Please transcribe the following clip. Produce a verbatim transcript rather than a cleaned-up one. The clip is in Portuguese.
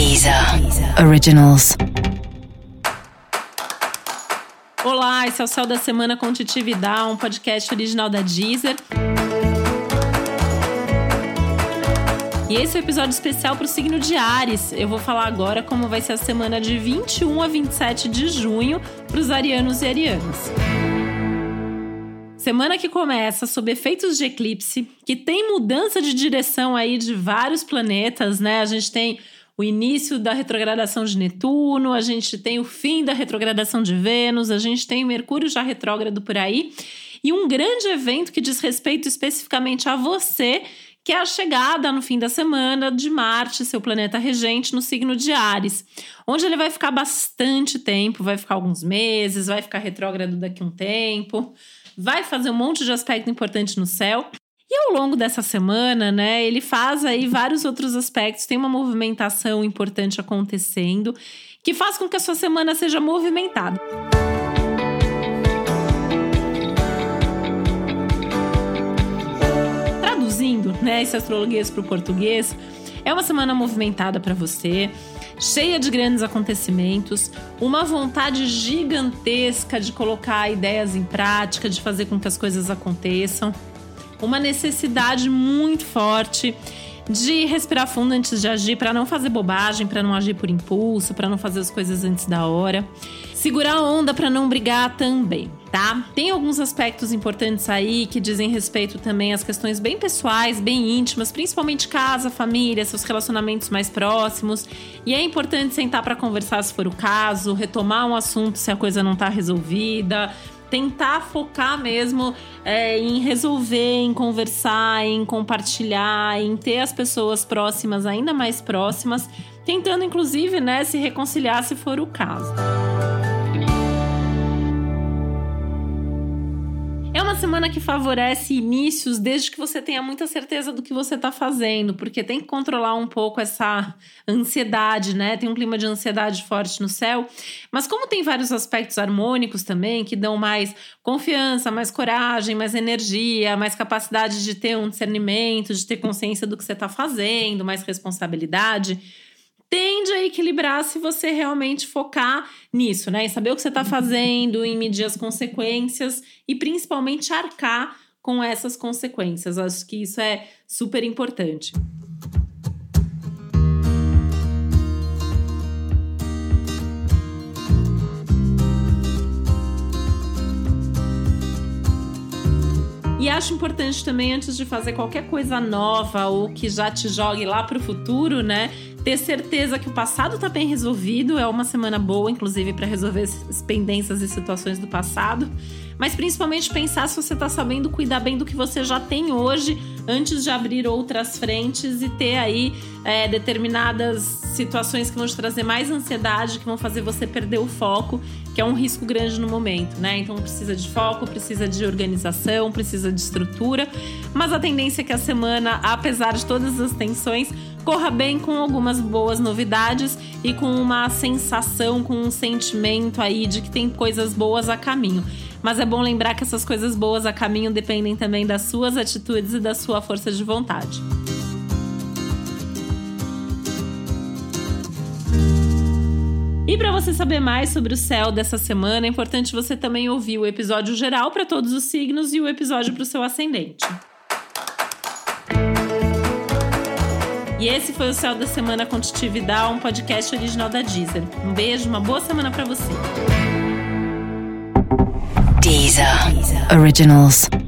Deezer Originals. Olá, esse é o Céu da Semana com Titi Vidal, um podcast original da Deezer. E esse é o um episódio especial para o signo de Áries. Eu vou falar agora como vai ser a semana de vinte e um a vinte e sete de junho para os arianos e arianas. Semana que começa sob efeitos de eclipse, que tem mudança de direção aí de vários planetas, né? A gente tem o início da retrogradação de Netuno, a gente tem o fim da retrogradação de Vênus, a gente tem o Mercúrio já retrógrado por aí, e um grande evento que diz respeito especificamente a você, que é a chegada no fim da semana de Marte, seu planeta regente, no signo de Áries, onde ele vai ficar bastante tempo, vai ficar alguns meses, vai ficar retrógrado daqui a um tempo, vai fazer um monte de aspecto importante no céu. E ao longo dessa semana, né, ele faz aí vários outros aspectos, tem uma movimentação importante acontecendo, que faz com que a sua semana seja movimentada. Traduzindo, né, esse astrologuês para o português, é uma semana movimentada para você, cheia de grandes acontecimentos, uma vontade gigantesca de colocar ideias em prática, de fazer com que as coisas aconteçam. Uma necessidade muito forte de respirar fundo antes de agir, para não fazer bobagem, para não agir por impulso, para não fazer as coisas antes da hora. Segurar a onda para não brigar também, tá? Tem alguns aspectos importantes aí que dizem respeito também às questões bem pessoais, bem íntimas, principalmente casa, família, seus relacionamentos mais próximos. E é importante sentar para conversar se for o caso, retomar um assunto se a coisa não tá resolvida, tentar focar mesmo é, em resolver, em conversar, em compartilhar, em ter as pessoas próximas ainda mais próximas, tentando inclusive, né, se reconciliar se for o caso. É uma semana que favorece inícios desde que você tenha muita certeza do que você está fazendo, porque tem que controlar um pouco essa ansiedade, né? Tem um clima de ansiedade forte no céu, mas como tem vários aspectos harmônicos também, que dão mais confiança, mais coragem, mais energia, mais capacidade de ter um discernimento, de ter consciência do que você está fazendo, mais responsabilidade, tende a equilibrar se você realmente focar nisso, né? Em saber o que você está fazendo, em medir as consequências e principalmente arcar com essas consequências. Acho que isso é super importante. E acho importante também, antes de fazer qualquer coisa nova ou que já te jogue lá para o futuro, né? Ter certeza que o passado está bem resolvido. É uma semana boa, inclusive, para resolver as pendências e situações do passado. Mas principalmente pensar se você está sabendo cuidar bem do que você já tem hoje, antes de abrir outras frentes e ter aí é, determinadas situações que vão te trazer mais ansiedade, que vão fazer você perder o foco, que é um risco grande no momento, né? Então precisa de foco, precisa de organização, precisa de estrutura, mas a tendência é que a semana, apesar de todas as tensões, corra bem com algumas boas novidades e com uma sensação, com um sentimento aí de que tem coisas boas a caminho. Mas é bom lembrar que essas coisas boas a caminho dependem também das suas atitudes e da sua força de vontade. E para você saber mais sobre o céu dessa semana, é importante você também ouvir o episódio geral para todos os signos e o episódio para o seu ascendente. E esse foi o Céu da Semana com Titi Vidal, um podcast original da Deezer. Um beijo, uma boa semana para você. Deezer Originals.